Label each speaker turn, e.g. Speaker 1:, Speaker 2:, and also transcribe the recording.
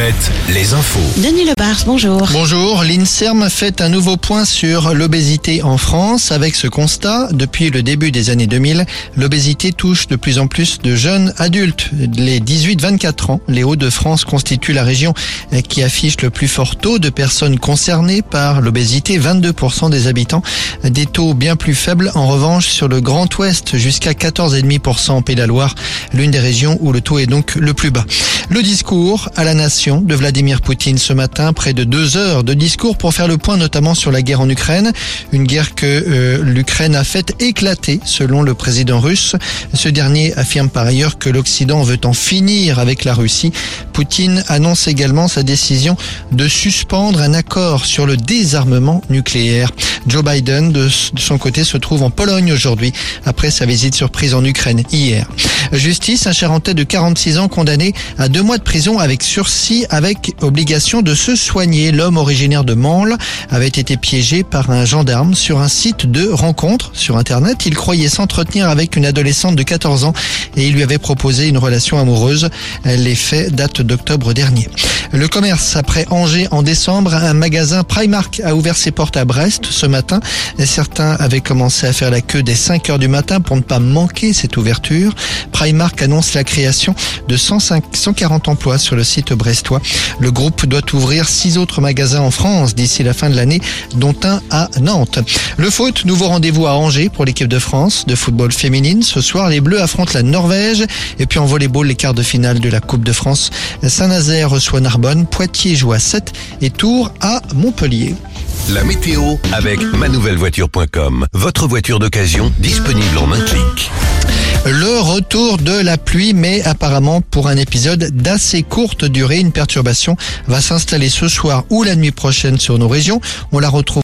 Speaker 1: Planète, les infos.
Speaker 2: Denis Lebars, bonjour.
Speaker 3: Bonjour, l'INSERM fait un nouveau point sur l'obésité en France avec ce constat. Depuis le début des années 2000, l'obésité touche de plus en plus de jeunes adultes. Les 18-24 ans, les Hauts-de-France constituent la région qui affiche le plus fort taux de personnes concernées par l'obésité, 22% des habitants. Des taux bien plus faibles en revanche sur le Grand Ouest, jusqu'à 14,5% en Pays de la Loire, l'une des régions où le taux est donc le plus bas. Le discours à la nation de Vladimir Poutine ce matin, près de 2 heures de discours pour faire le point notamment sur la guerre en Ukraine. Une guerre que l'Ukraine a fait éclater selon le président russe. Ce dernier affirme par ailleurs que l'Occident veut en finir avec la Russie. Poutine annonce également sa décision de suspendre un accord sur le désarmement nucléaire. Joe Biden, de son côté, se trouve en Pologne aujourd'hui après sa visite surprise en Ukraine hier. Justice, un Charentais de 46 ans condamné à 2 mois de prison avec sursis avec obligation de se soigner. L'homme originaire de Mansle avait été piégé par un gendarme sur un site de rencontre sur Internet. Il croyait s'entretenir avec une adolescente de 14 ans et il lui avait proposé une relation amoureuse. Les faits datent d'octobre dernier. Le commerce, après Angers en décembre, un magasin Primark a ouvert ses portes à Brest ce matin. Certains avaient commencé à faire la queue dès 5 heures du matin pour ne pas manquer cette ouverture. Primark annonce la création de 140 emplois sur le site brestois. Le groupe doit ouvrir 6 autres magasins en France d'ici la fin de l'année, dont un à Nantes. Le foot, nouveau rendez-vous à Angers pour l'équipe de France de football féminine. Ce soir, les Bleus affrontent la Norvège. Et puis en volleyball, les quarts de finale de la Coupe de France. Saint-Nazaire reçoit Narbonne, Poitiers joue à 7 et Tours à Montpellier.
Speaker 1: La météo avec manouvellevoiture.com. Votre voiture d'occasion disponible en un clic.
Speaker 3: Le retour de la pluie, mais apparemment pour un épisode d'assez courte durée. Une perturbation va s'installer ce soir ou la nuit prochaine sur nos régions. On la retrouve